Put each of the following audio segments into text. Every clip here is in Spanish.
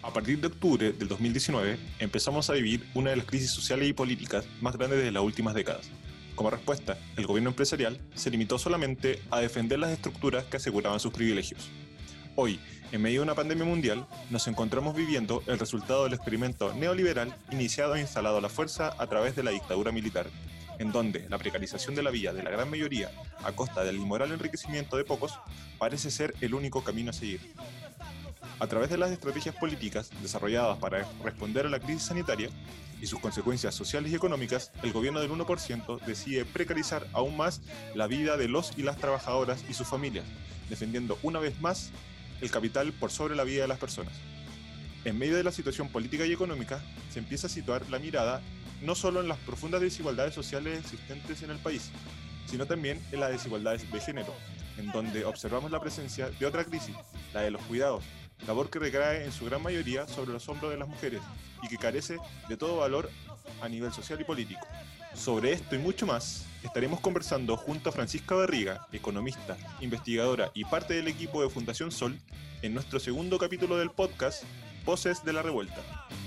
A partir de octubre del 2019, empezamos a vivir una de las crisis sociales y políticas más grandes de las últimas décadas. Como respuesta, el gobierno empresarial se limitó solamente a defender las estructuras que aseguraban sus privilegios. Hoy, en medio de una pandemia mundial, nos encontramos viviendo el resultado del experimento neoliberal iniciado e instalado a la fuerza a través de la dictadura militar, en donde la precarización de la vida de la gran mayoría, a costa del inmoral enriquecimiento de pocos, parece ser el único camino a seguir. A través de las estrategias políticas desarrolladas para responder a la crisis sanitaria y sus consecuencias sociales y económicas, el gobierno del 1% decide precarizar aún más la vida de los y las trabajadoras y sus familias, defendiendo una vez más el capital por sobre la vida de las personas. En medio de la situación política y económica, se empieza a situar la mirada no solo en las profundas desigualdades sociales existentes en el país, sino también en las desigualdades de género, en donde observamos la presencia de otra crisis, la de los cuidados, labor que recae en su gran mayoría sobre los hombros de las mujeres y que carece de todo valor a nivel social y político. Sobre esto y mucho más, estaremos conversando junto a Francisca Barriga, economista, investigadora y parte del equipo de Fundación Sol, en nuestro segundo capítulo del podcast Voces de la Revuelta.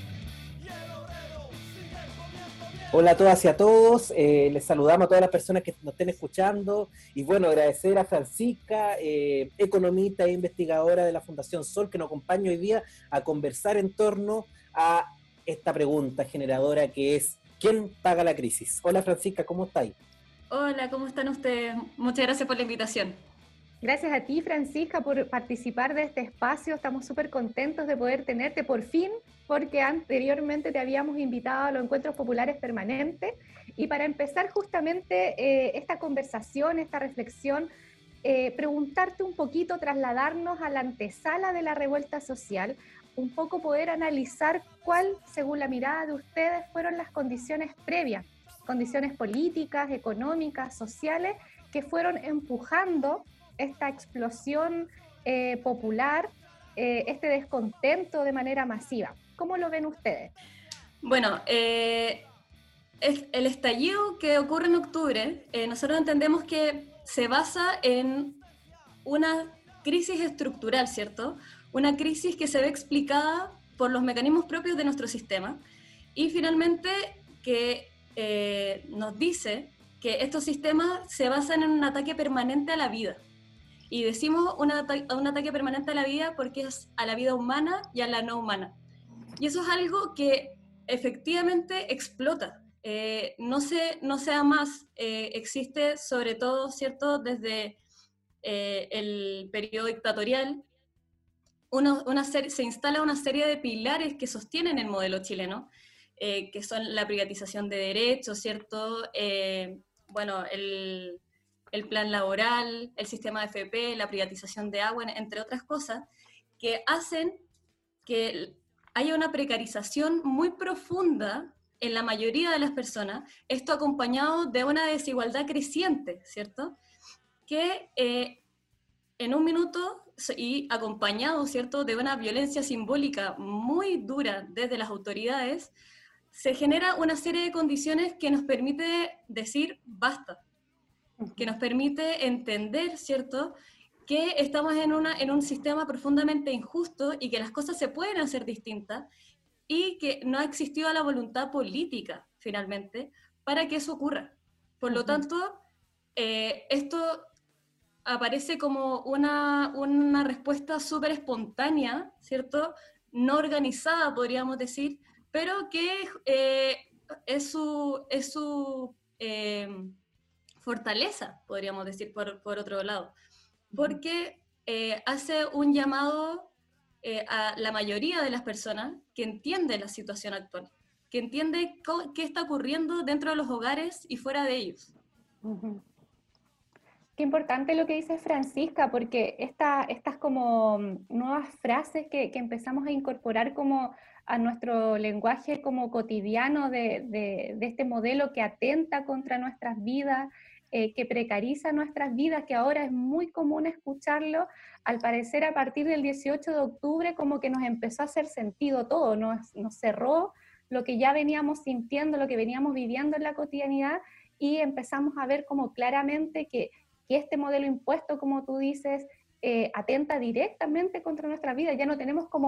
Hola a todas y a todos, les saludamos a todas las personas que nos estén escuchando y bueno, agradecer a Francisca, economista e investigadora de la Fundación Sol, que nos acompaña hoy día a conversar en torno a esta pregunta generadora que es ¿quién paga la crisis? Hola Francisca, ¿cómo estáis? Hola, ¿cómo están ustedes? Muchas gracias por la invitación. Gracias a ti, Francisca, por participar de este espacio. Estamos súper contentos de poder tenerte por fin, porque anteriormente te habíamos invitado a los encuentros populares permanentes. Y para empezar justamente esta conversación, esta reflexión, preguntarte un poquito, trasladarnos a la antesala de la revuelta social, un poco poder analizar cuál, según la mirada de ustedes, fueron las condiciones previas, condiciones políticas, económicas, sociales, que fueron empujando esta explosión popular, este descontento de manera masiva. ¿Cómo lo ven ustedes? Bueno, el estallido que ocurre en octubre, nosotros entendemos que se basa en una crisis estructural, ¿cierto? Una crisis que se ve explicada por los mecanismos propios de nuestro sistema y finalmente que nos dice que estos sistemas se basan en un ataque permanente a la vida. Y decimos un ataque permanente a la vida porque es a la vida humana y a la no humana. Y eso es algo que efectivamente explota. No sea más, existe sobre todo, ¿cierto?, desde el periodo dictatorial, se instala una serie de pilares que sostienen el modelo chileno, que son la privatización de derechos, ¿cierto?, bueno, el plan laboral, el sistema de FP, la privatización de agua, entre otras cosas, que hacen que haya una precarización muy profunda en la mayoría de las personas, esto acompañado de una desigualdad creciente, ¿cierto? Que en un minuto y acompañado, ¿cierto?, de una violencia simbólica muy dura desde las autoridades, se genera una serie de condiciones que nos permite decir basta, que nos permite entender, ¿cierto?, que estamos en un sistema profundamente injusto y que las cosas se pueden hacer distintas y que no ha existido la voluntad política, finalmente, para que eso ocurra. Por lo tanto, esto aparece como una respuesta súper espontánea, ¿cierto?, no organizada, podríamos decir, pero que es su fortaleza, podríamos decir, por otro lado, porque hace un llamado a la mayoría de las personas que entiende la situación actual, que entiende qué está ocurriendo dentro de los hogares y fuera de ellos. Qué importante lo que dice Francisca, porque estas como nuevas frases que empezamos a incorporar como a nuestro lenguaje como cotidiano de este modelo que atenta contra nuestras vidas, que precariza nuestras vidas, que ahora es muy común escucharlo, al parecer a partir del 18 de octubre como que nos empezó a hacer sentido todo, nos cerró lo que ya veníamos sintiendo, lo que veníamos viviendo en la cotidianidad, y empezamos a ver como claramente que este modelo impuesto, como tú dices, atenta directamente contra nuestra vida. Ya no tenemos como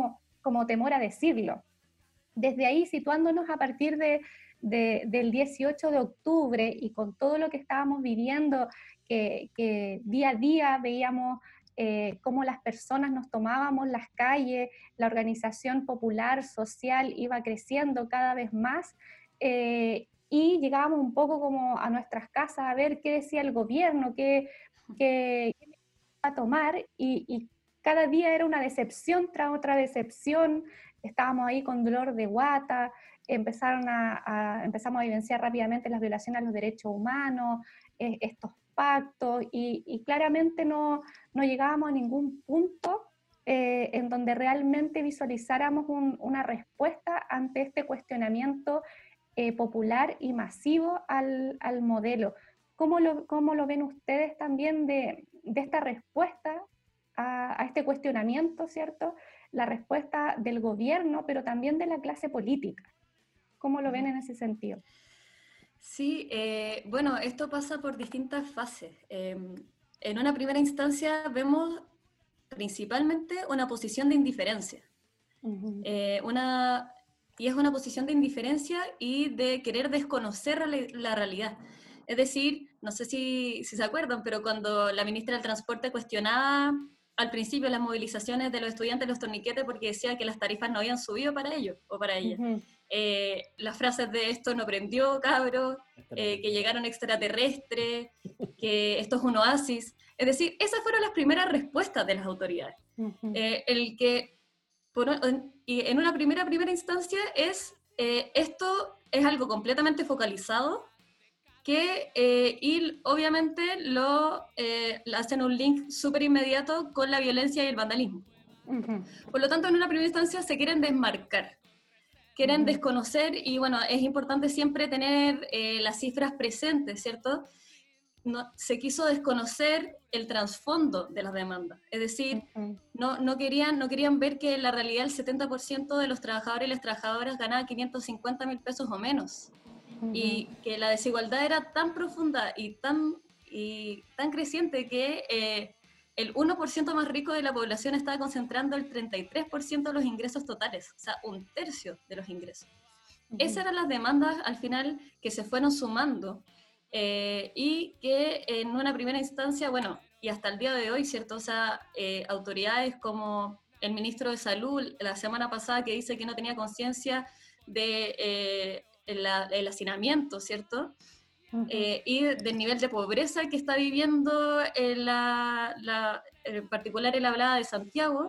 como temor a decirlo. Desde ahí, situándonos a partir del 18 de octubre y con todo lo que estábamos viviendo, que día a día veíamos cómo las personas nos tomábamos las calles, la organización popular, social iba creciendo cada vez más, y llegábamos un poco como a nuestras casas a ver qué decía el gobierno, qué iba a tomar, y cada día era una decepción tras otra decepción. Estábamos ahí con dolor de guata, empezamos a vivenciar rápidamente las violaciones a los derechos humanos, estos pactos, y claramente no llegábamos a ningún punto en donde realmente visualizáramos una respuesta ante este cuestionamiento popular y masivo al modelo. ¿Cómo lo ven ustedes también de esta respuesta a este cuestionamiento, ¿cierto? La respuesta del gobierno, pero también de la clase política. ¿Cómo lo ven en ese sentido? Sí, bueno, esto pasa por distintas fases. En una primera instancia vemos principalmente una posición de indiferencia. Uh-huh. Y es una posición de indiferencia y de querer desconocer la realidad. Es decir, no sé si se acuerdan, pero cuando la ministra del Transporte cuestionaba al principio las movilizaciones de los estudiantes, los torniquetes, porque decía que las tarifas no habían subido para ellos o para ellas. Uh-huh. Las frases de esto no prendió, cabros, que llegaron extraterrestres, que esto es un oasis. Es decir, esas fueron las primeras respuestas de las autoridades. Uh-huh. Y en una primera instancia es, esto es algo completamente focalizado, y obviamente hacen un link súper inmediato con la violencia y el vandalismo. Uh-huh. Por lo tanto, en una primera instancia se quieren desmarcar, quieren Uh-huh. desconocer, y bueno, es importante siempre tener las cifras presentes, ¿cierto? Se quiso desconocer el trasfondo de las demandas, es decir, Uh-huh. no querían ver que en la realidad el 70% de los trabajadores y las trabajadoras ganaba 550.000 pesos o menos. Uh-huh. Y que la desigualdad era tan profunda y tan creciente que el 1% más rico de la población estaba concentrando el 33% de los ingresos totales, o sea, un tercio de los ingresos. Uh-huh. Esas eran las demandas al final que se fueron sumando, y que en una primera instancia, bueno, y hasta el día de hoy, ¿cierto? O sea, autoridades como el ministro de Salud la semana pasada, que dice que no tenía conciencia de el hacinamiento, ¿cierto? Uh-huh. Y del nivel de pobreza que está viviendo en particular en la Hablada de Santiago,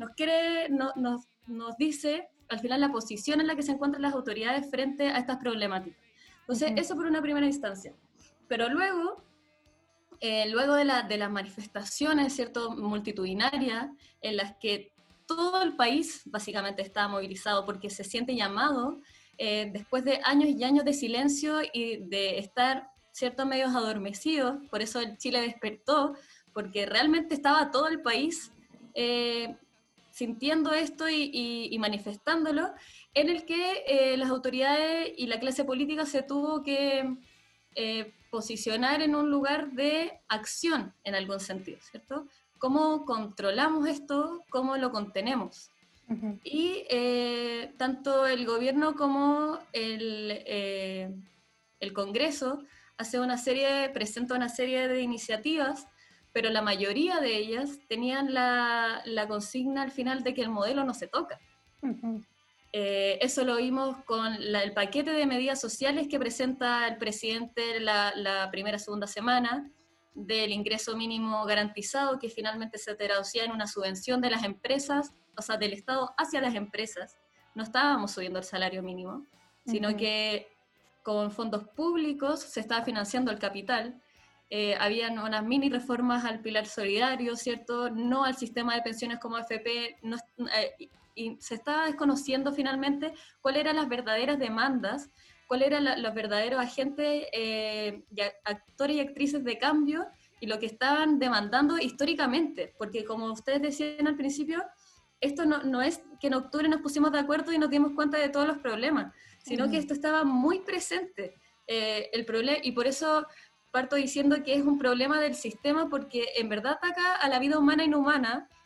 nos dice al final la posición en la que se encuentran las autoridades frente a estas problemáticas. Entonces, eso por una primera instancia. Pero luego de las manifestaciones, ¿cierto?, multitudinarias, en las que todo el país básicamente está movilizado porque se siente llamado, después de años y años de silencio y de estar, ¿cierto?, medios adormecidos, por eso el Chile despertó, porque realmente estaba todo el país sintiendo esto y manifestándolo, en el que las autoridades y la clase política se tuvo que posicionar en un lugar de acción en algún sentido, ¿cierto? ¿Cómo controlamos esto? ¿Cómo lo contenemos? Uh-huh. Y tanto el gobierno como el Congreso presenta una serie de iniciativas, pero la mayoría de ellas tenían la consigna al final de que el modelo no se toca. Uh-huh. Eso lo vimos con el paquete de medidas sociales que presenta el presidente la segunda semana, del ingreso mínimo garantizado, que finalmente se traducía en una subvención de las empresas, o sea, del Estado hacia las empresas. No estábamos subiendo el salario mínimo, sino que con fondos públicos se estaba financiando el capital. Habían unas mini reformas al pilar solidario, ¿cierto? No al sistema de pensiones como AFP, y se estaba desconociendo finalmente cuáles eran las verdaderas demandas, cuáles eran los verdaderos agentes, actores y actrices de cambio, y lo que estaban demandando históricamente, porque como ustedes decían al principio, esto no es que en octubre nos pusimos de acuerdo y nos dimos cuenta de todos los problemas, sino que esto estaba muy presente, el problema, y por eso parto diciendo que es un problema del sistema, porque en verdad ataca a la vida humana e inhumana,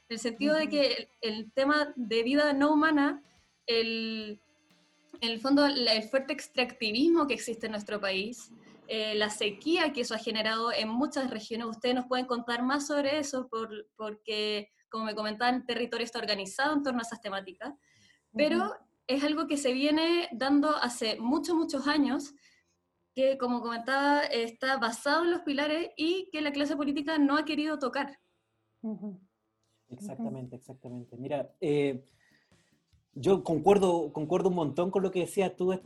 en el sentido de que el tema de vida no humana, en el fondo el fuerte extractivismo que existe en nuestro país, la sequía que eso ha generado en muchas regiones, ustedes nos pueden contar más sobre eso, porque, como me comentaban, el territorio está organizado en torno a esas temáticas, pero es algo que se viene dando hace muchos años, que, como comentaba, está basado en los pilares y que la clase política no ha querido tocar. Exactamente. Mira, yo concuerdo un montón con lo que decías tú,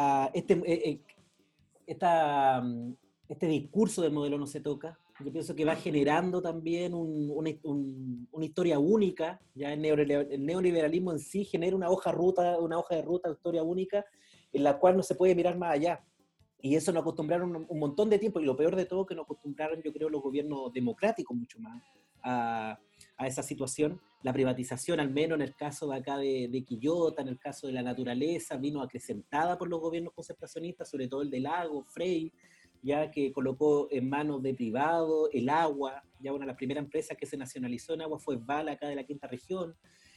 este discurso del modelo no se toca. Yo pienso que va generando también una historia única. Ya el neoliberalismo en sí genera una hoja de ruta, una historia única, en la cual no se puede mirar más allá. Y eso nos acostumbraron un montón de tiempo, y lo peor de todo que nos acostumbraron, yo creo, los gobiernos democráticos mucho más a esa situación. La privatización, al menos en el caso de acá de Quillota, en el caso de la naturaleza, vino acrecentada por los gobiernos concertacionistas, sobre todo el de Lago, Frey, ya que colocó en manos de privado el agua. Ya una de las primeras empresas que se nacionalizó en agua fue Val, acá de la quinta región.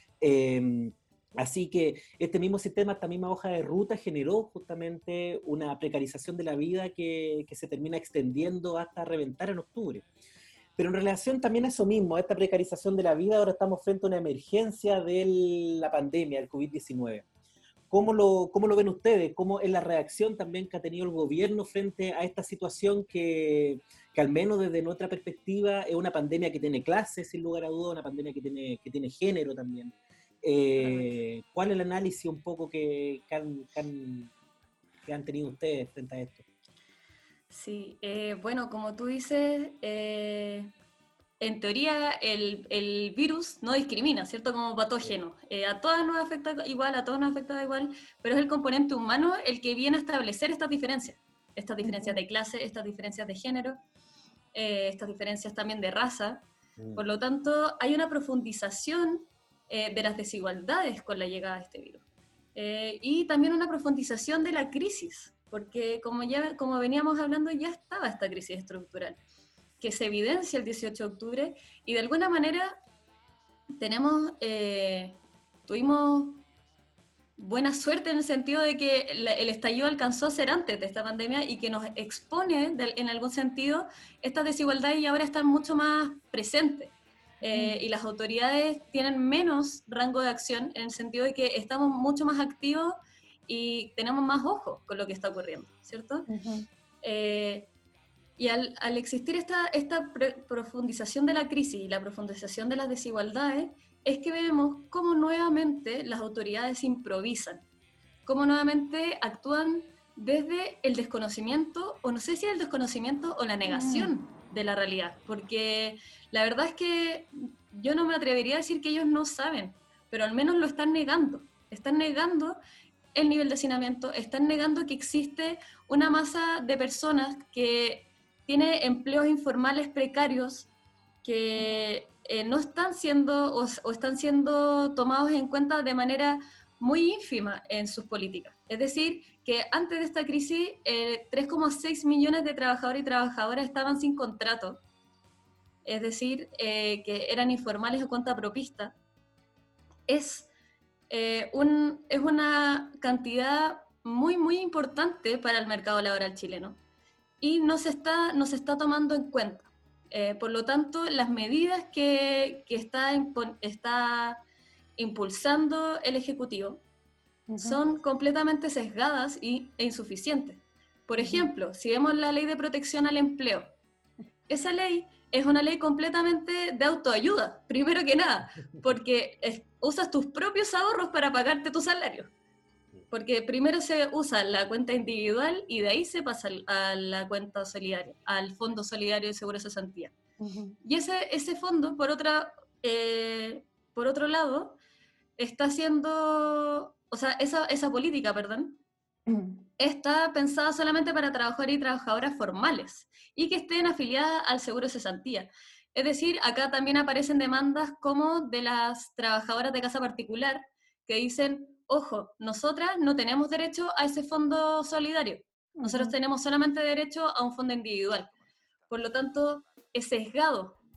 Así que este mismo sistema, esta misma hoja de ruta generó justamente una precarización de la vida que se termina extendiendo hasta reventar en octubre. Pero en relación también a eso mismo, a esta precarización de la vida, ahora estamos frente a una emergencia de la pandemia, el COVID-19. ¿Cómo lo ven ustedes? ¿Cómo es la reacción también que ha tenido el gobierno frente a esta situación que al menos desde nuestra perspectiva es una pandemia que tiene clases, sin lugar a dudas, una pandemia que tiene género también? ¿Cuál es el análisis un poco que han tenido ustedes frente a esto? Sí, bueno, como tú dices, en teoría el virus no discrimina, ¿cierto? Como patógeno. A todas nos afecta igual, a todos nos afecta igual, pero es el componente humano el que viene a establecer estas diferencias de clase, estas diferencias de género, estas diferencias también de raza. Por lo tanto, hay una profundización de las desigualdades con la llegada de este virus. Y también una profundización de la crisis, porque como veníamos hablando, ya estaba esta crisis estructural, que se evidencia el 18 de octubre, y de alguna manera tuvimos buena suerte en el sentido de que el estallido alcanzó a ser antes de esta pandemia y que nos expone en algún sentido estas desigualdades, y ahora están mucho más presentes. Y las autoridades tienen menos rango de acción en el sentido de que estamos mucho más activos y tenemos más ojo con lo que está ocurriendo, ¿cierto? Y al existir esta profundización de la crisis y la profundización de las desigualdades, es que vemos cómo nuevamente las autoridades improvisan, cómo nuevamente actúan desde el desconocimiento, o no sé si el desconocimiento o la negación de la realidad, porque la verdad es que yo no me atrevería a decir que ellos no saben, pero al menos lo están negando el nivel de hacinamiento, están negando que existe una masa de personas que tiene empleos informales precarios que no están siendo o están siendo tomados en cuenta de manera muy ínfima en sus políticas. Es decir, que antes de esta crisis, 3,6 millones de trabajadores y trabajadoras estaban sin contrato, es decir, que eran informales o cuentapropista. Es una cantidad muy importante para el mercado laboral chileno y no se está tomando en cuenta. Por lo tanto, las medidas que está impulsando el Ejecutivo son completamente sesgadas e insuficientes. Por ejemplo, si vemos la Ley de Protección al Empleo, esa ley es una ley completamente de autoayuda, primero que nada, porque usas tus propios ahorros para pagarte tu salario. Porque primero se usa la cuenta individual y de ahí se pasa a la cuenta solidaria, al Fondo Solidario de Seguro de Cesantía. Y ese fondo, por otro lado, está haciendo, o sea, esa política, perdón, está pensada solamente para trabajadores y trabajadoras formales y que estén afiliadas al Seguro de Cesantía. Es decir, acá también aparecen demandas como de las trabajadoras de casa particular que dicen: ojo, nosotras no tenemos derecho a ese fondo solidario, nosotros tenemos solamente derecho a un fondo individual. Por lo tanto, es sesgado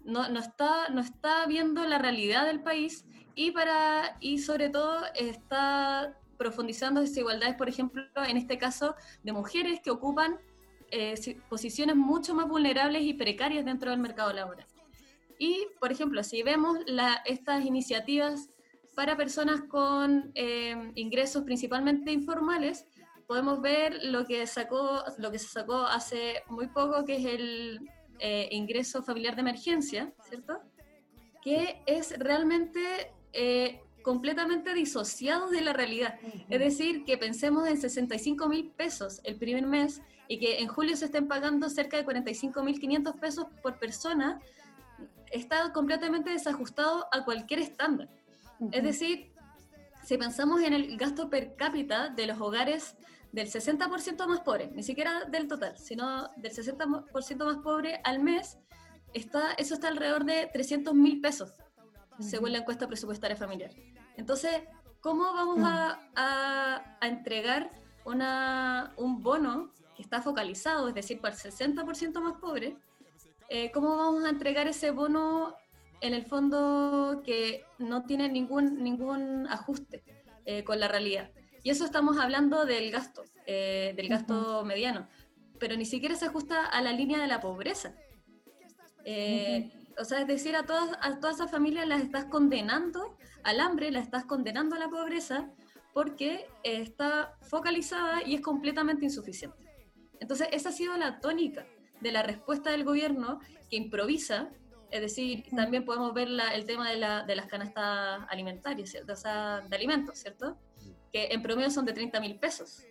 no está viendo la realidad del país y sobre todo está profundizando desigualdades, por ejemplo, en este caso, de mujeres que ocupan posiciones mucho más vulnerables y precarias dentro del mercado laboral. Y, por ejemplo, si vemos estas iniciativas para personas con ingresos principalmente informales, podemos ver lo que se sacó hace muy poco, que es el ingreso familiar de emergencia, ¿cierto? Que es realmente completamente disociado de la realidad. Es decir, que pensemos en 65.000 pesos el primer mes y que en julio se estén pagando cerca de 45.500 pesos por persona, está completamente desajustado a cualquier estándar. Es decir, si pensamos en el gasto per cápita de los hogares del 60% más pobre, ni siquiera del total, sino del 60% más pobre al mes, eso está alrededor de 300.000 pesos, según la encuesta presupuestaria familiar. Entonces, ¿cómo vamos a entregar un bono que está focalizado, es decir, para el 60% más pobre? ¿Cómo vamos a entregar ese bono en el fondo que no tiene ningún ajuste con la realidad? Y eso estamos hablando del gasto mediano, pero ni siquiera se ajusta a la línea de la pobreza. O sea, es decir, a todas esas familias las estás condenando al hambre, las estás condenando a la pobreza, porque está focalizada y es completamente insuficiente. Entonces, esa ha sido la tónica de la respuesta del gobierno, que improvisa. Es decir, también podemos ver el tema de las canastas alimentarias, ¿cierto? O sea, de alimentos, ¿cierto? Que en promedio son de 30.000 pesos.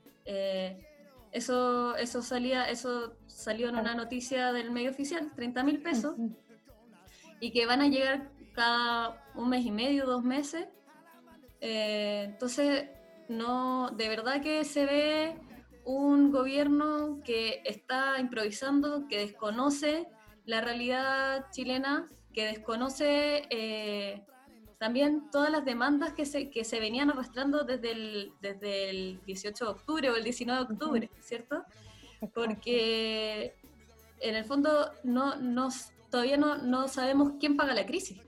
Eso salió en una noticia del medio oficial, 30.000 pesos, y que van a llegar cada un mes y medio, 2 meses. Entonces, de verdad que se ve un gobierno que está improvisando, que desconoce la realidad chilena, que desconoce también todas las demandas que se venían arrastrando desde el 18 de octubre o el 19 de octubre, ¿cierto? Porque en el fondo todavía no sabemos quién paga la crisis.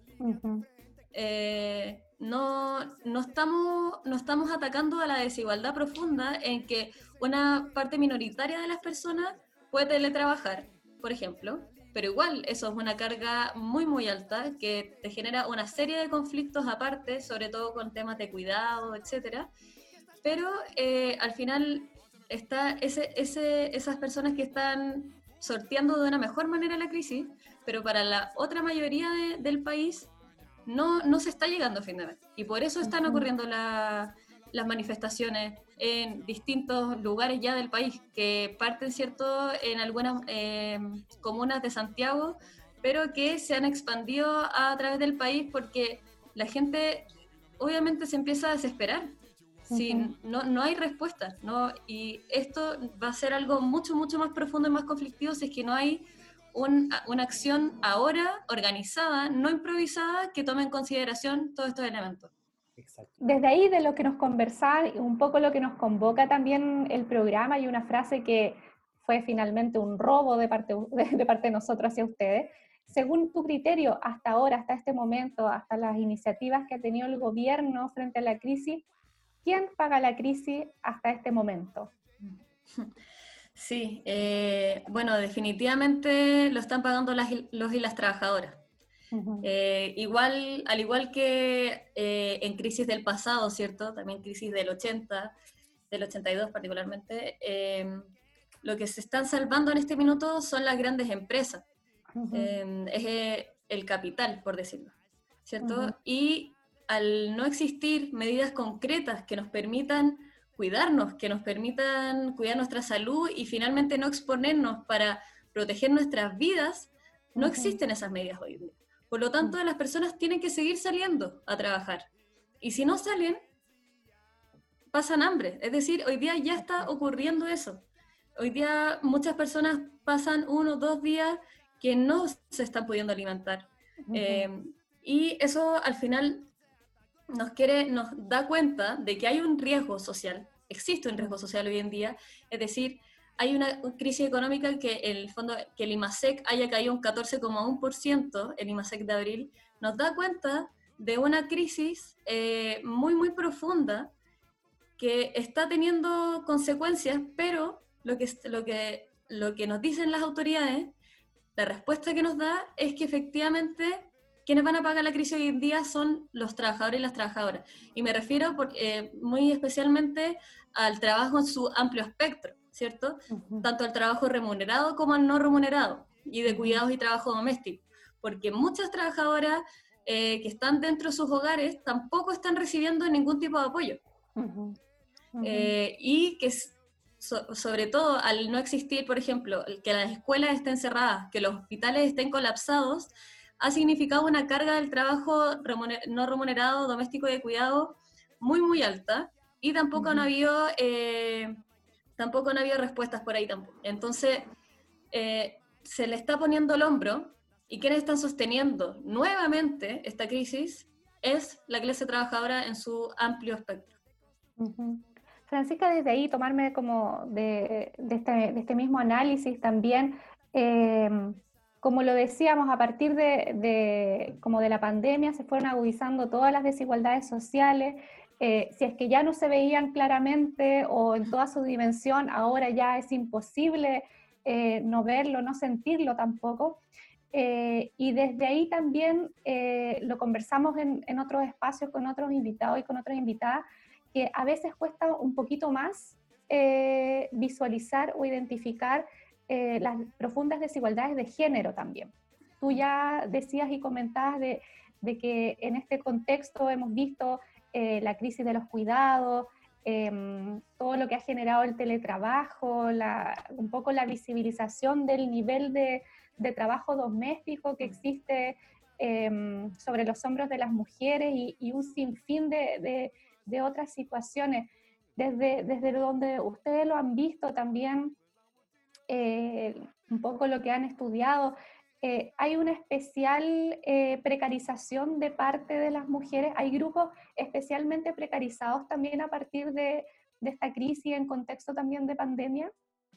No estamos atacando a la desigualdad profunda en que una parte minoritaria de las personas puede teletrabajar, por ejemplo, pero igual eso es una carga muy muy alta que te genera una serie de conflictos aparte, sobre todo con temas de cuidado, etcétera. Pero al final está esas personas que están sorteando de una mejor manera la crisis, pero para la otra mayoría del país no se está llegando a fin de mes. Y por eso están ocurriendo las manifestaciones en distintos lugares ya del país, que parten, ¿cierto?, en algunas comunas de Santiago, pero que se han expandido a través del país porque la gente obviamente se empieza a desesperar. No hay respuesta, ¿no? Y esto va a ser algo mucho, mucho más profundo y más conflictivo si es que no hay una acción ahora organizada, no improvisada, que tome en consideración todos estos elementos. Exacto. Desde ahí, de lo que nos conversaba, un poco lo que nos convoca también el programa, y una frase que fue finalmente un robo de parte de nosotros hacia ustedes. Según tu criterio, hasta ahora, hasta este momento, hasta las iniciativas que ha tenido el gobierno frente a la crisis, ¿quién paga la crisis hasta este momento? Sí, bueno, definitivamente lo están pagando los y las trabajadoras. Al igual que en crisis del pasado, ¿cierto? También crisis del 80, del 82 particularmente, lo que se están salvando en este minuto son las grandes empresas, es el capital, por decirlo, ¿cierto? Y al no existir medidas concretas que nos permitan cuidarnos, que nos permitan cuidar nuestra salud y finalmente no exponernos para proteger nuestras vidas, no existen esas medidas hoy en día. Por lo tanto, las personas tienen que seguir saliendo a trabajar. Y si no salen, pasan hambre. Es decir, hoy día ya está ocurriendo eso. Hoy día muchas personas pasan 1 o 2 días que no se están pudiendo alimentar. Y eso al final nos da cuenta de que hay un riesgo social. Existe un riesgo social hoy en día. Es decir, hay una crisis económica que el fondo, que el IMASEC haya caído un 14,1%, el IMASEC de abril, nos da cuenta de una crisis muy, muy profunda que está teniendo consecuencias, pero lo que nos dicen las autoridades, la respuesta que nos da es que efectivamente quienes van a pagar la crisis hoy en día son los trabajadores y las trabajadoras. Y me refiero muy especialmente al trabajo en su amplio espectro, ¿cierto? Tanto al trabajo remunerado como al no remunerado, y de cuidados y trabajo doméstico. Porque muchas trabajadoras que están dentro de sus hogares tampoco están recibiendo ningún tipo de apoyo. Y que sobre todo al no existir, por ejemplo, que las escuelas estén cerradas, que los hospitales estén colapsados, ha significado una carga del trabajo no remunerado, doméstico y de cuidado muy, muy alta, y tampoco han habido respuestas por ahí tampoco. Entonces, se le está poniendo el hombro, y quienes están sosteniendo nuevamente esta crisis es la clase trabajadora en su amplio espectro. Francisca, desde ahí tomarme como de este mismo análisis también, como lo decíamos, a partir como de la pandemia se fueron agudizando todas las desigualdades sociales. Si es que ya no se veían claramente o en toda su dimensión, ahora ya es imposible no verlo, no sentirlo tampoco. Y desde ahí también lo conversamos en otros espacios con otros invitados y con otras invitadas, que a veces cuesta un poquito más visualizar o identificar las profundas desigualdades de género también. Tú ya decías y comentabas de que en este contexto hemos visto la crisis de los cuidados, todo lo que ha generado el teletrabajo, un poco la visibilización del nivel de trabajo doméstico que existe sobre los hombros de las mujeres y un sinfín de otras situaciones. Desde donde ustedes lo han visto también, un poco lo que han estudiado, hay una especial precarización de parte de las mujeres, hay grupos especialmente precarizados también a partir de esta crisis en contexto también de pandemia.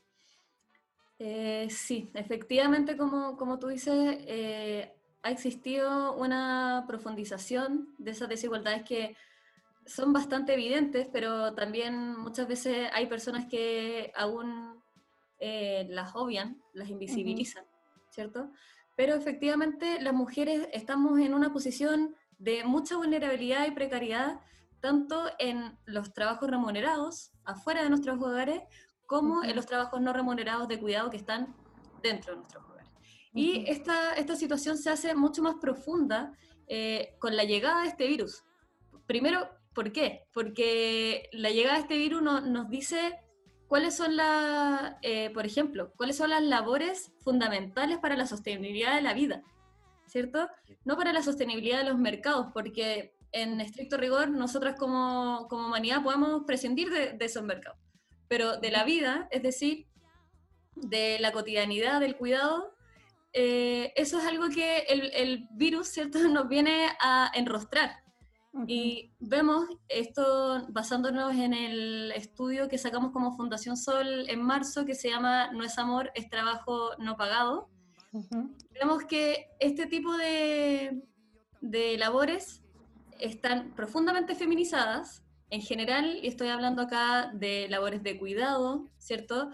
Sí, efectivamente, como tú dices, ha existido una profundización de esas desigualdades que son bastante evidentes, pero también muchas veces hay personas que aún las obvian, las invisibilizan, ¿cierto? Pero efectivamente las mujeres estamos en una posición de mucha vulnerabilidad y precariedad, tanto en los trabajos remunerados, afuera de nuestros hogares, como en los trabajos no remunerados de cuidado que están dentro de nuestros hogares. Y esta situación se hace mucho más profunda con la llegada de este virus. Primero, ¿por qué? Porque la llegada de este virus nos dice cuáles son por ejemplo, cuáles son las labores fundamentales para la sostenibilidad de la vida, ¿cierto? No para la sostenibilidad de los mercados, porque en estricto rigor nosotros como humanidad podemos prescindir de esos mercados, pero de la vida, es decir, de la cotidianidad, del cuidado, eso es algo que el virus, ¿cierto?, nos viene a enrostrar. Y vemos esto basándonos en el estudio que sacamos como Fundación Sol en marzo, que se llama No es amor, es trabajo no pagado. Vemos que este tipo de labores están profundamente feminizadas, en general, y estoy hablando acá de labores de cuidado, ¿cierto?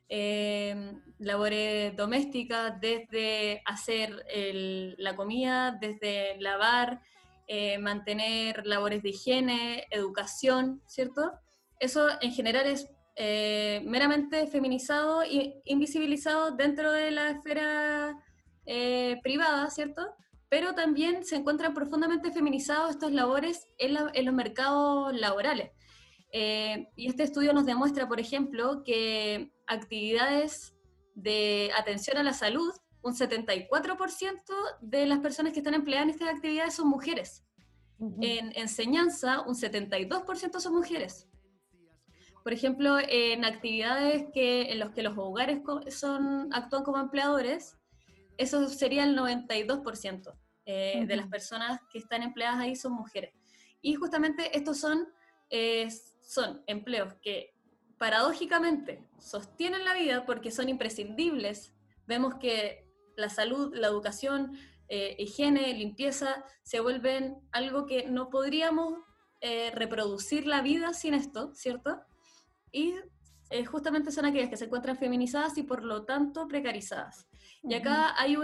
Labores domésticas, desde hacer la comida, desde lavar, mantener labores de higiene, educación, ¿cierto? Eso en general es meramente feminizado e invisibilizado dentro de la esfera privada, ¿cierto? Pero también se encuentran profundamente feminizados estas labores en los mercados laborales. Y este estudio nos demuestra, por ejemplo, que actividades de atención a la salud, un 74% de las personas que están empleadas en estas actividades son mujeres. En enseñanza, un 72% son mujeres. Por ejemplo, en actividades en las que los hogares actúan como empleadores, eso sería el 92% de las personas que están empleadas ahí son mujeres. Y justamente estos son empleos que paradójicamente sostienen la vida porque son imprescindibles. Vemos que la salud, la educación, higiene, limpieza, se vuelven algo que no podríamos reproducir la vida sin esto, ¿cierto? Y justamente son aquellas que se encuentran feminizadas y por lo tanto precarizadas. Y acá hay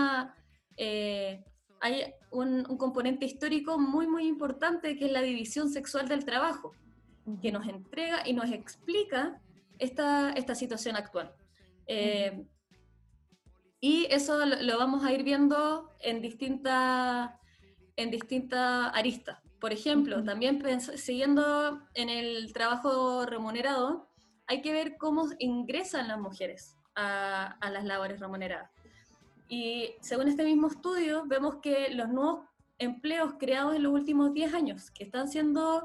un componente histórico muy, muy importante, que es la división sexual del trabajo, que nos entrega y nos explica esta situación actual. Y eso lo vamos a ir viendo en distintas aristas. Por ejemplo, también siguiendo en el trabajo remunerado, hay que ver cómo ingresan las mujeres a las labores remuneradas. Y según este mismo estudio, vemos que los nuevos empleos creados en los últimos 10 años, que están siendo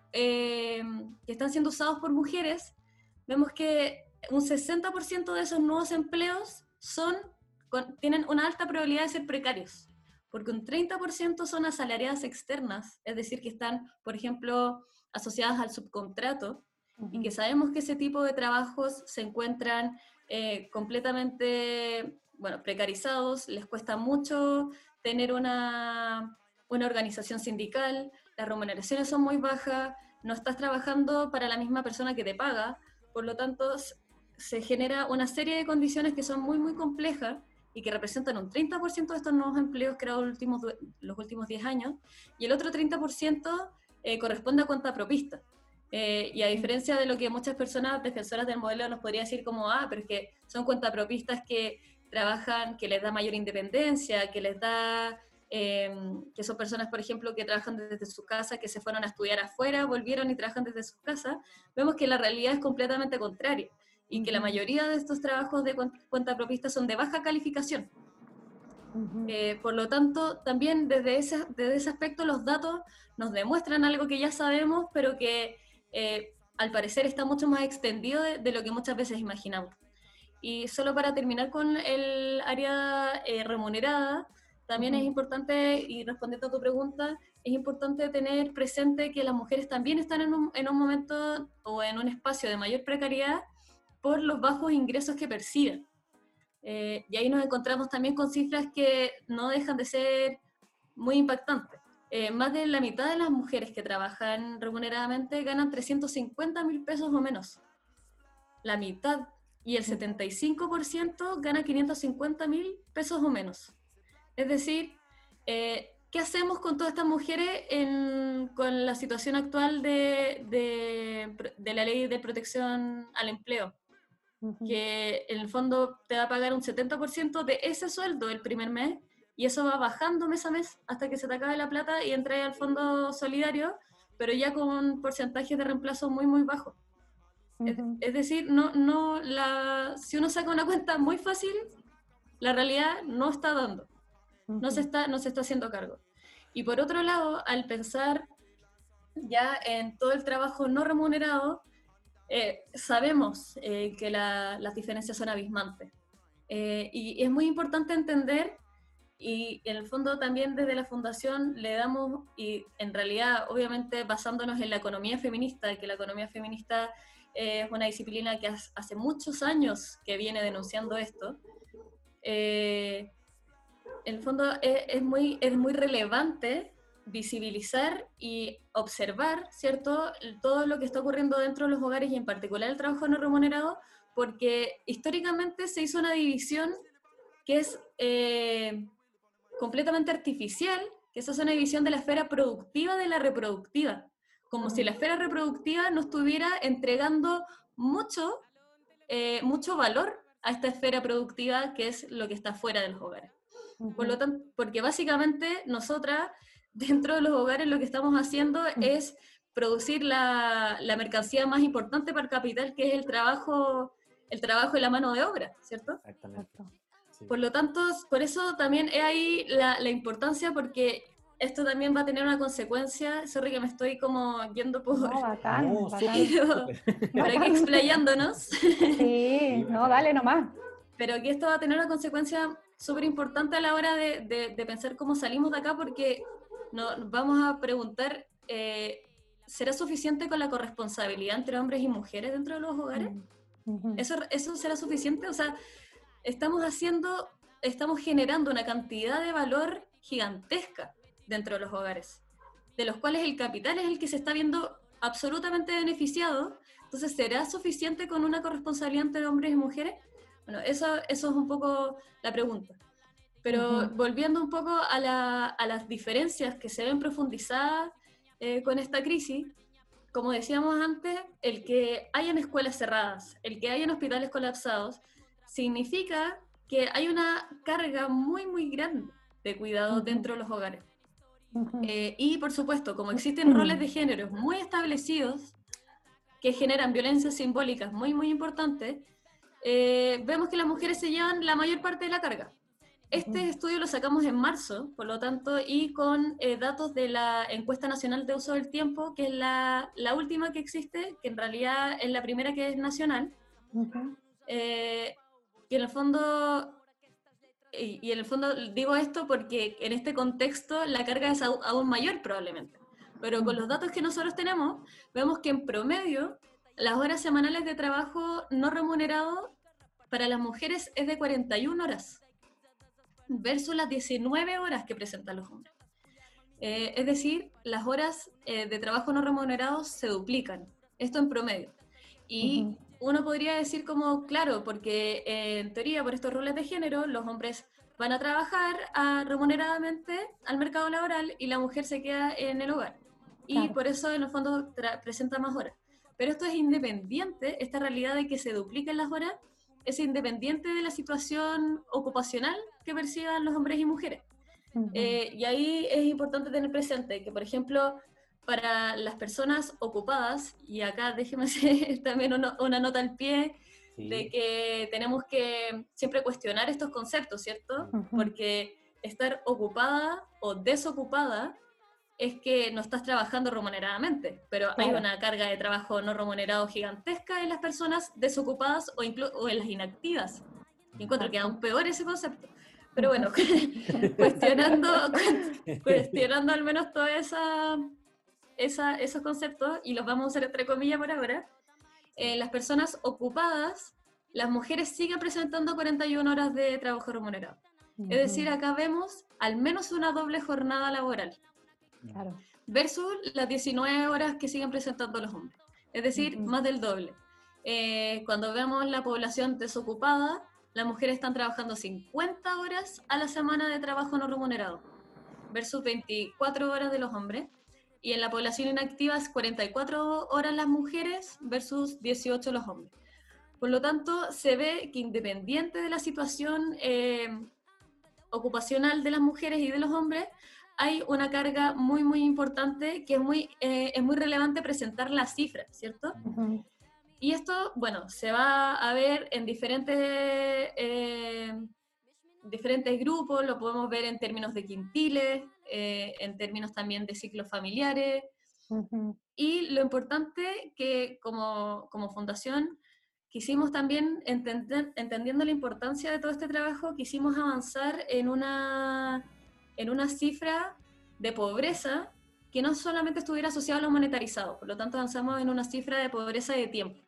usados por mujeres, vemos que un 60% de esos nuevos empleos tienen una alta probabilidad de ser precarios, porque un 30% son asalariadas externas, es decir, que están, por ejemplo, asociadas al subcontrato, y que sabemos que ese tipo de trabajos se encuentran completamente, precarizados, les cuesta mucho tener una organización sindical, las remuneraciones son muy bajas, no estás trabajando para la misma persona que te paga, por lo tanto se genera una serie de condiciones que son muy, muy complejas y que representan un 30% de estos nuevos empleos creados los últimos 10 años, y el otro 30% corresponde a cuentapropista. Y a diferencia de lo que muchas personas defensoras del modelo nos podrían decir como, pero es que son cuentapropistas que trabajan, que les da mayor independencia, que les da, que son personas, por ejemplo, que trabajan desde su casa, que se fueron a estudiar afuera, volvieron y trabajan desde su casa, vemos que la realidad es completamente contraria, y que la mayoría de estos trabajos de cuentapropistas son de baja calificación. Por lo tanto, también desde ese aspecto los datos nos demuestran algo que ya sabemos, pero que al parecer está mucho más extendido de lo que muchas veces imaginamos. Y solo para terminar con el área remunerada, también es importante, y respondiendo a tu pregunta, es importante tener presente que las mujeres también están en un momento o en un espacio de mayor precariedad por los bajos ingresos que perciben. Y ahí nos encontramos también con cifras que no dejan de ser muy impactantes. Más de la mitad de las mujeres que trabajan remuneradamente ganan 350.000 pesos o menos. La mitad. Y el 75% gana 550.000 pesos o menos. Es decir, ¿qué hacemos con todas estas mujeres con la situación actual de la ley de protección al empleo? Que en el fondo te va a pagar un 70% de ese sueldo el primer mes, y eso va bajando mes a mes hasta que se te acabe la plata y entra al fondo solidario, pero ya con porcentajes de reemplazo muy, muy bajos. Es decir, si uno saca una cuenta muy fácil, la realidad no está dando, no se está haciendo cargo. Y por otro lado, al pensar ya en todo el trabajo no remunerado, sabemos que las diferencias son abismantes. Y es muy importante entender, y en el fondo también desde la Fundación le damos, y en realidad obviamente basándonos en la economía feminista, que la economía feminista es una disciplina que hace muchos años que viene denunciando esto, en el fondo es muy relevante visibilizar y observar, ¿cierto?, todo lo que está ocurriendo dentro de los hogares y en particular el trabajo no remunerado, porque históricamente se hizo una división que es completamente artificial, que esa es una división de la esfera productiva de la reproductiva, como si la esfera reproductiva no estuviera entregando mucho valor a esta esfera productiva que es lo que está fuera de los hogares. Por lo tanto, porque básicamente nosotras dentro de los hogares lo que estamos haciendo es producir la mercancía más importante para el capital, que es el trabajo y la mano de obra, ¿cierto? Exactamente. Sí. Por lo tanto, por eso también es ahí la importancia, porque esto también va a tener una consecuencia. Sorry que me estoy como yendo por... No, bacán, No, bacán. Por aquí explayándonos. Sí, no, dale nomás. Pero que esto va a tener una consecuencia súper importante a la hora de pensar cómo salimos de acá, porque nos vamos a preguntar ¿será suficiente con la corresponsabilidad entre hombres y mujeres dentro de los hogares? ¿Eso será suficiente? O sea, estamos generando una cantidad de valor gigantesca dentro de los hogares, de los cuales el capital es el que se está viendo absolutamente beneficiado. Entonces, ¿será suficiente con una corresponsabilidad entre hombres y mujeres? Bueno, eso es un poco la pregunta. Pero volviendo un poco a las diferencias que se ven profundizadas con esta crisis, como decíamos antes, el que hayan escuelas cerradas, el que hayan hospitales colapsados, significa que hay una carga muy, muy grande de cuidado dentro de los hogares. Y, por supuesto, como existen roles de género muy establecidos que generan violencias simbólicas muy, muy importantes, vemos que las mujeres se llevan la mayor parte de la carga. Este estudio lo sacamos en marzo, por lo tanto, y con datos de la Encuesta Nacional de Uso del Tiempo, que es la última que existe, que en realidad es la primera que es nacional, que en el fondo, y en el fondo digo esto porque en este contexto la carga es aún mayor probablemente, pero con los datos que nosotros tenemos, vemos que en promedio las horas semanales de trabajo no remunerado para las mujeres es de 41 horas, versus las 19 horas que presentan los hombres. Es decir, las horas de trabajo no remunerados se duplican, esto en promedio. Y uno podría decir como, claro, porque en teoría por estos roles de género los hombres van a trabajar remuneradamente al mercado laboral y la mujer se queda en el hogar. Y por eso en el fondo presenta más horas. Pero esto es independiente, esta realidad de que se dupliquen las horas, es independiente de la situación ocupacional que perciban los hombres y mujeres. Y ahí es importante tener presente que, por ejemplo, para las personas ocupadas, y acá déjeme hacer también una nota al pie, de que tenemos que siempre cuestionar estos conceptos, ¿cierto? Porque estar ocupada o desocupada es que no estás trabajando remuneradamente, pero hay una carga de trabajo no remunerado gigantesca en las personas desocupadas o en las inactivas. Y encuentro que aún peor ese concepto. Pero bueno, cuestionando al menos todos esos conceptos, y los vamos a usar entre comillas por ahora, las personas ocupadas, las mujeres siguen presentando 41 horas de trabajo remunerado. Es decir, acá vemos al menos una doble jornada laboral. Versus las 19 horas que siguen presentando los hombres. Es decir, más del doble. Cuando vemos la población desocupada, las mujeres están trabajando 50 horas a la semana de trabajo no remunerado, versus 24 horas de los hombres. Y en la población inactiva es 44 horas las mujeres versus 18 los hombres. Por lo tanto, se ve que independiente de la situación ocupacional de las mujeres y de los hombres, hay una carga muy, muy importante que es muy relevante presentar las cifras, ¿cierto? Y esto, bueno, se va a ver en diferentes grupos, lo podemos ver en términos de quintiles, en términos también de ciclos familiares. Y lo importante que como fundación quisimos también, entendiendo la importancia de todo este trabajo, quisimos avanzar en una cifra de pobreza que no solamente estuviera asociada a lo monetarizado, por lo tanto avanzamos en una cifra de pobreza de tiempo.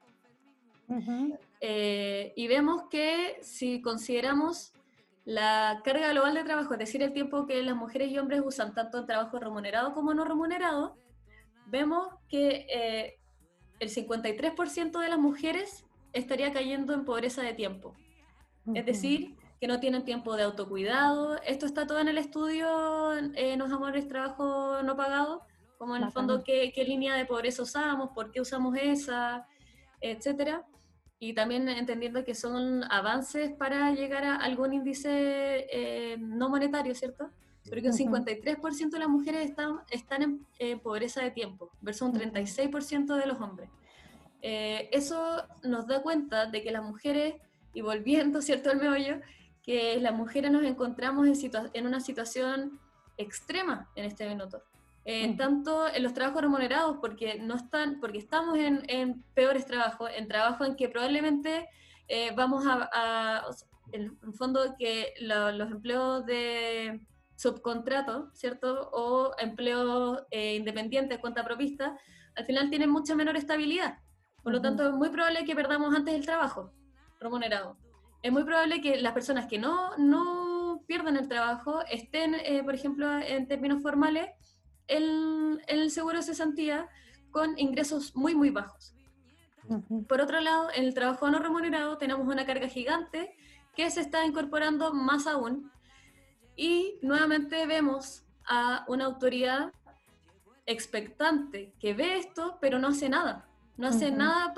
Y vemos que si consideramos la carga global de trabajo, es decir, el tiempo que las mujeres y hombres usan tanto en trabajo remunerado como no remunerado, vemos que el 53% de las mujeres estaría cayendo en pobreza de tiempo. Es decir, que no tienen tiempo de autocuidado. Esto está todo en el estudio, Nos Amores Trabajo No Pagado, como en el fondo qué línea de pobreza usamos, por qué usamos esa, etcétera. Y también entendiendo que son avances para llegar a algún índice no monetario, ¿cierto? Pero que un 53% de las mujeres están en pobreza de tiempo, versus un 36% de los hombres. Eso nos da cuenta de que las mujeres, y volviendo, ¿cierto?, al meollo, que las mujeres nos encontramos en una situación extrema en este minuto. Tanto en los trabajos remunerados, porque estamos en peores trabajos, en trabajos en que probablemente vamos en el fondo que los empleos de subcontrato, ¿cierto?, o empleos independientes, cuenta propista, al final tienen mucha menor estabilidad. Por lo tanto, es muy probable que perdamos antes el trabajo remunerado. Es muy probable que las personas que no pierdan el trabajo estén, por ejemplo, en términos formales, en el seguro de cesantía con ingresos muy, muy bajos. Por otro lado, en el trabajo no remunerado tenemos una carga gigante que se está incorporando más aún, y nuevamente vemos a una autoridad expectante que ve esto, pero no hace nada. No hace nada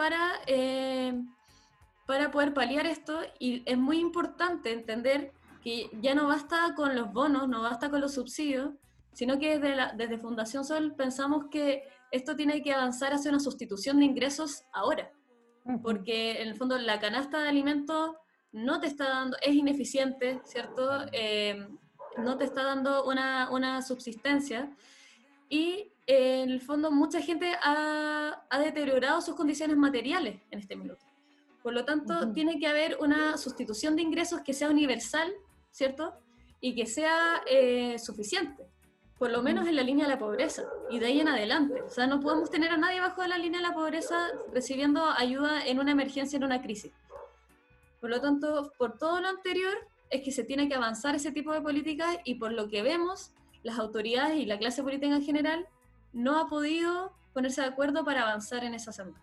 para poder paliar esto, y es muy importante entender que ya no basta con los bonos, no basta con los subsidios, sino que desde Fundación Sol pensamos que esto tiene que avanzar hacia una sustitución de ingresos ahora, porque en el fondo la canasta de alimentos no te está dando, es ineficiente, ¿cierto? No te está dando una subsistencia, y en el fondo mucha gente ha deteriorado sus condiciones materiales en este minuto. Por lo tanto, tiene que haber una sustitución de ingresos que sea universal, ¿cierto? Y que sea suficiente, por lo menos en la línea de la pobreza, y de ahí en adelante. O sea, no podemos tener a nadie bajo la línea de la pobreza recibiendo ayuda en una emergencia, en una crisis. Por lo tanto, por todo lo anterior, es que se tiene que avanzar ese tipo de políticas, y por lo que vemos, las autoridades y la clase política en general no ha podido ponerse de acuerdo para avanzar en esa senda.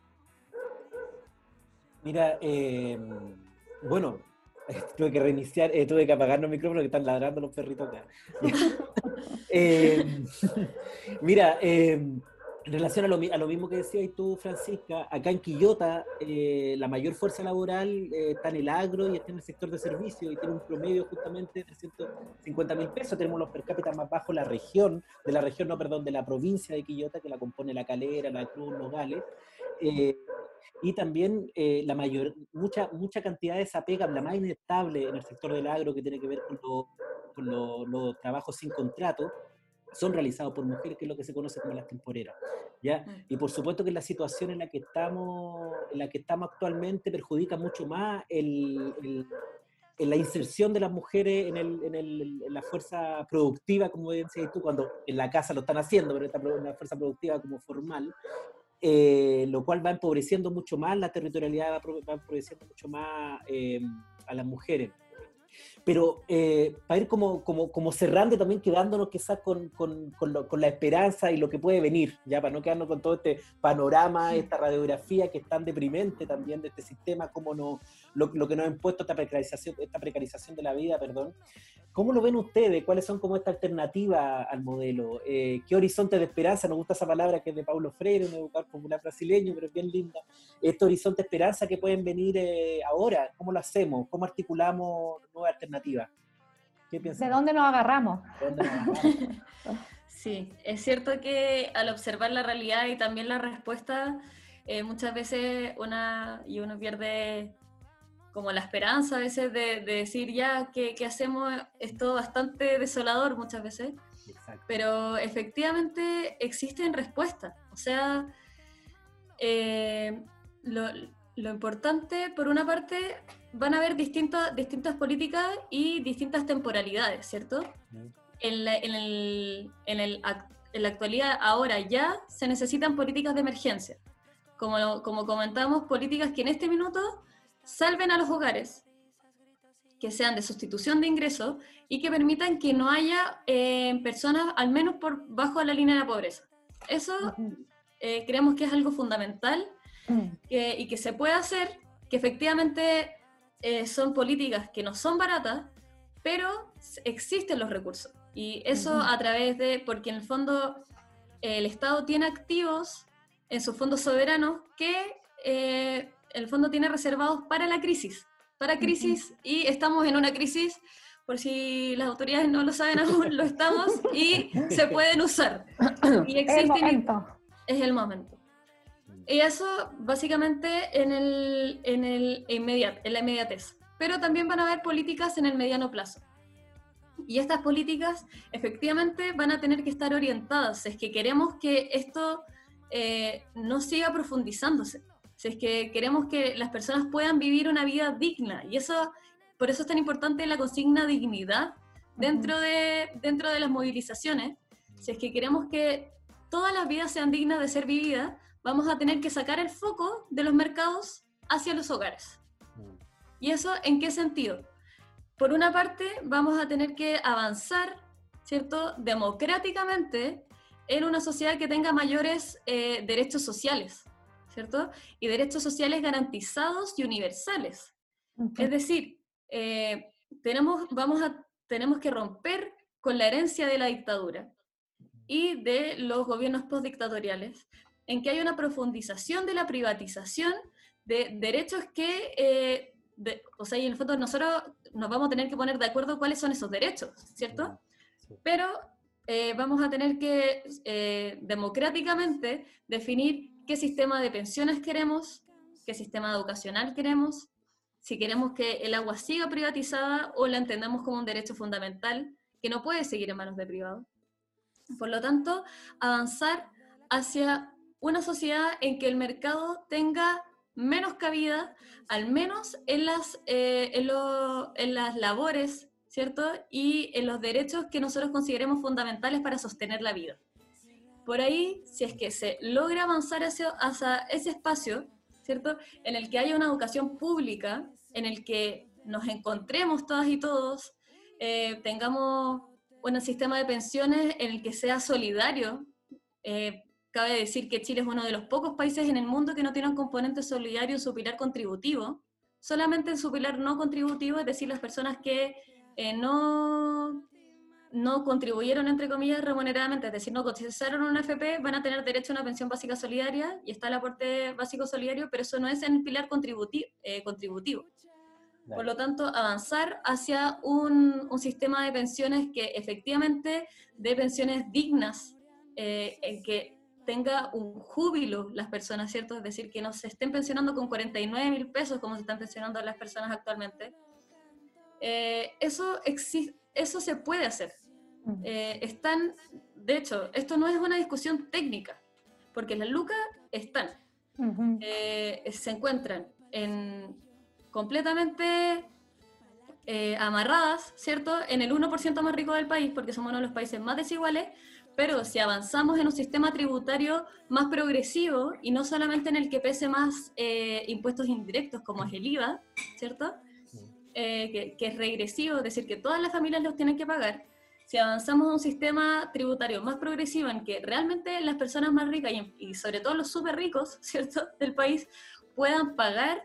Mira, bueno, tuve que reiniciar, tuve que apagar los micrófonos que están ladrando los perritos acá. Mira, en relación a lo mismo que decías tú, Francisca, acá en Quillota la mayor fuerza laboral está en el agro y está en el sector de servicios, y tiene un promedio justamente de 150.000 pesos. Tenemos los per cápita más bajos de la provincia de Quillota, que la compone La Calera, La Cruz, Nogales. Y también mucha cantidad de esa pega, la más inestable en el sector del agro, que tiene que ver con los trabajos sin contrato, son realizados por mujeres, que es lo que se conoce como las temporeras, ¿ya? Y por supuesto que la situación en la que estamos actualmente perjudica mucho más en la inserción de las mujeres en la fuerza productiva, como decías tú, cuando en la casa lo están haciendo, pero esta una fuerza productiva como formal, lo cual va empobreciendo mucho más la territorialidad, va empobreciendo mucho más a las mujeres. Pero para ir como cerrando, también quedándonos quizás con la esperanza y lo que puede venir, ya para no quedarnos con todo este panorama, esta radiografía que es tan deprimente también de este sistema, como lo que nos ha impuesto esta precarización de la vida, perdón. ¿Cómo lo ven ustedes? ¿Cuáles son como esta alternativa al modelo? ¿Qué horizonte de esperanza? Nos gusta esa palabra que es de Paulo Freire, un educador popular brasileño, pero es bien linda. Este horizonte de esperanza que pueden venir ahora, ¿cómo lo hacemos? ¿Cómo articulamos nuevas alternativas? ¿Qué piensan? ¿De dónde nos agarramos? Sí, es cierto que al observar la realidad y también la respuesta, muchas veces uno pierde como la esperanza a veces de decir ya, ¿qué hacemos? Es todo bastante desolador muchas veces. Exacto. Pero efectivamente existen respuestas. O sea, lo importante, por una parte, van a haber distintas políticas y distintas temporalidades, ¿cierto? En la actualidad, ahora ya, se necesitan políticas de emergencia. Como comentamos, políticas que en este minuto salven a los hogares, que sean de sustitución de ingresos y que permitan que no haya personas, al menos por bajo la línea de la pobreza. Eso creemos que es algo fundamental y que se puede hacer, que efectivamente son políticas que no son baratas, pero existen los recursos. Y eso a través porque en el fondo el Estado tiene activos en sus fondos soberanos que el fondo tiene reservados para la crisis. Y estamos en una crisis, por si las autoridades no lo saben aún, lo estamos, y se pueden usar. Y existen, es el momento. Y eso básicamente en la inmediatez. Pero también van a haber políticas en el mediano plazo. Y estas políticas efectivamente van a tener que estar orientadas, si es que queremos que esto no siga profundizándose. Si es que queremos que las personas puedan vivir una vida digna, y por eso es tan importante la consigna dignidad dentro de las movilizaciones. Si es que queremos que todas las vidas sean dignas de ser vividas, vamos a tener que sacar el foco de los mercados hacia los hogares. ¿Y eso en qué sentido? Por una parte, vamos a tener que avanzar, ¿cierto?, democráticamente en una sociedad que tenga mayores derechos sociales, ¿cierto? Y derechos sociales garantizados y universales. Es decir, tenemos que romper con la herencia de la dictadura y de los gobiernos postdictatoriales, en que hay una profundización de la privatización de derechos que, o sea, y en el fondo nosotros nos vamos a tener que poner de acuerdo cuáles son esos derechos, ¿cierto? Pero vamos a tener que democráticamente definir qué sistema de pensiones queremos, qué sistema educacional queremos, si queremos que el agua siga privatizada o la entendemos como un derecho fundamental que no puede seguir en manos de privados. Por lo tanto, avanzar hacia una sociedad en que el mercado tenga menos cabida, al menos en las labores, ¿cierto? Y en los derechos que nosotros consideremos fundamentales para sostener la vida. Por ahí, si es que se logra avanzar hacia ese espacio, ¿cierto?, en el que haya una educación pública, en el que nos encontremos todas y todos, tengamos un sistema de pensiones en el que sea solidario. Cabe decir que Chile es uno de los pocos países en el mundo que no tiene un componente solidario en su pilar contributivo. Solamente en su pilar no contributivo, es decir, las personas que no contribuyeron, entre comillas, remuneradamente, es decir, no cotizaron una AFP, van a tener derecho a una pensión básica solidaria, y está el aporte básico solidario, pero eso no es en el pilar contributivo. Por lo tanto, avanzar hacia un sistema de pensiones que efectivamente dé pensiones dignas, en que tenga un júbilo las personas, ¿cierto? Es decir, que no se estén pensionando con 49.000 pesos como se están pensionando las personas actualmente. Eso se puede hacer. De hecho, esto no es una discusión técnica, porque las lucas están, se encuentran completamente amarradas, ¿cierto?, en el 1% más rico del país, porque somos uno de los países más desiguales, pero si avanzamos en un sistema tributario más progresivo, y no solamente en el que pese más impuestos indirectos, como es el IVA, ¿cierto?, que es regresivo, es decir, que todas las familias los tienen que pagar. Si avanzamos a un sistema tributario más progresivo en que realmente las personas más ricas y sobre todo los súper ricos, ¿cierto?, del país puedan pagar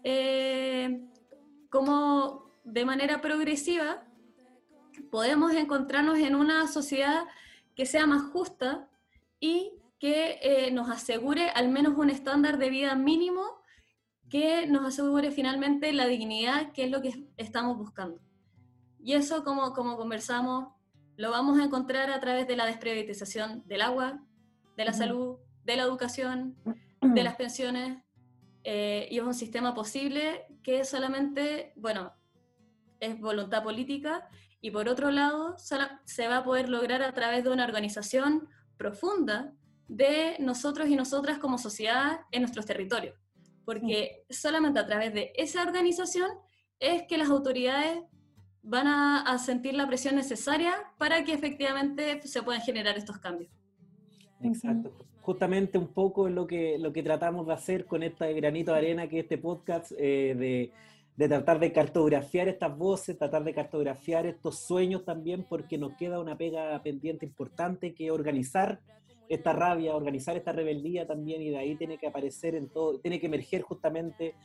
como de manera progresiva, podemos encontrarnos en una sociedad que sea más justa y que nos asegure al menos un estándar de vida mínimo que nos asegure finalmente la dignidad, que es lo que estamos buscando. Y eso, como conversamos, lo vamos a encontrar a través de la desprivatización del agua, de la salud, de la educación, de las pensiones, y es un sistema posible que solamente, bueno, es voluntad política, y por otro lado, se va a poder lograr a través de una organización profunda de nosotros y nosotras como sociedad en nuestros territorios. Porque solamente a través de esa organización es que las autoridades van a sentir la presión necesaria para que efectivamente se puedan generar estos cambios. Exacto. Justamente un poco lo que tratamos de hacer con este granito de arena que es este podcast, de tratar de cartografiar estas voces, tratar de cartografiar estos sueños también, porque nos queda una pega pendiente importante que organizar esta rabia, organizar esta rebeldía también, y de ahí tiene que aparecer en todo, tiene que emerger justamente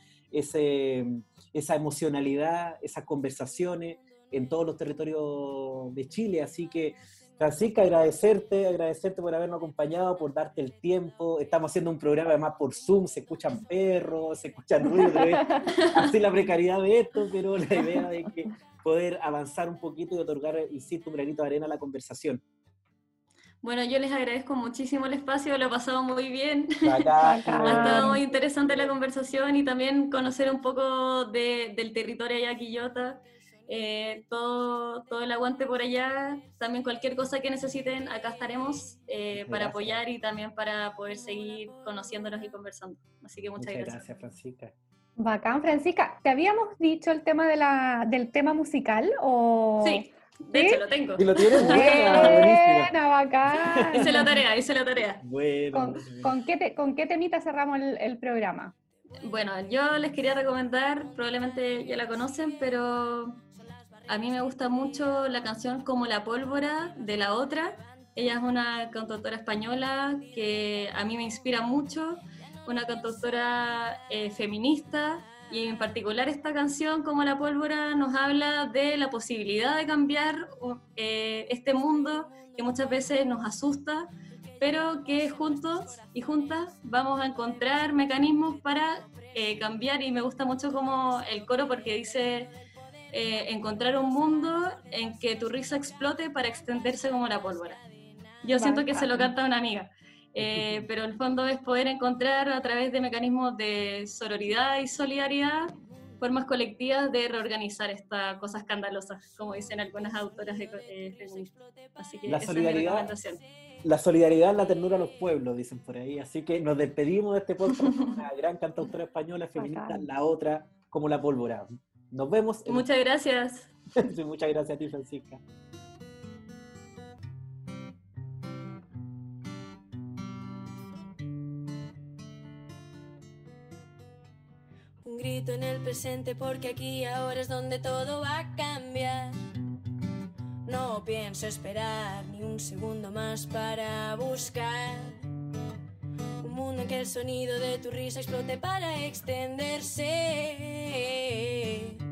esa emocionalidad, esas conversaciones en todos los territorios de Chile. Así que, Francisca, agradecerte por habernos acompañado, por darte el tiempo. Estamos haciendo un programa además por Zoom, se escuchan perros, se escuchan ruidos, así la precariedad de esto, pero la idea de que poder avanzar un poquito y otorgar, insisto, un granito de arena a la conversación. Bueno, yo les agradezco muchísimo el espacio, lo he pasado muy bien. Bacán. Ha estado muy interesante la conversación y también conocer un poco del territorio allá, Quillota. Todo el aguante por allá. También cualquier cosa que necesiten, acá estaremos para apoyar y también para poder seguir conociéndonos y conversando. Así que muchas gracias. Gracias, Francisca. Bacán, Francisca. ¿Te habíamos dicho el tema del tema musical? O... Sí. De hecho, lo tengo. ¿Y lo tienes? Buena, buenísima. Buena, bacán. Hice la tarea, hice la tarea. Bueno. ¿Con qué temita cerramos el programa? Bueno, yo les quería recomendar, probablemente ya la conocen, pero a mí me gusta mucho la canción Como la pólvora de La Otra. Ella es una cantautora española que a mí me inspira mucho, una cantautora feminista, y en particular esta canción Como la pólvora nos habla de la posibilidad de cambiar este mundo que muchas veces nos asusta, pero que juntos y juntas vamos a encontrar mecanismos para cambiar. Y me gusta mucho como el coro, porque dice encontrar un mundo en que tu risa explote para extenderse como la pólvora. Yo siento que se lo canta una amiga, pero el fondo es poder encontrar a través de mecanismos de sororidad y solidaridad formas colectivas de reorganizar esta cosa escandalosa, como dicen algunas autoras feministas. Así que esa es mi recomendación. La solidaridad es la ternura a los pueblos, dicen por ahí. Así que nos despedimos de este podcast con una gran cantautora española feminista, La Otra, Como la pólvora. Nos vemos. Muchas gracias. Sí, muchas gracias a ti, Francisca. Un grito en el presente, porque aquí y ahora es donde todo va a cambiar. No pienso esperar ni un segundo más para buscar un mundo en que el sonido de tu risa explote para extenderse.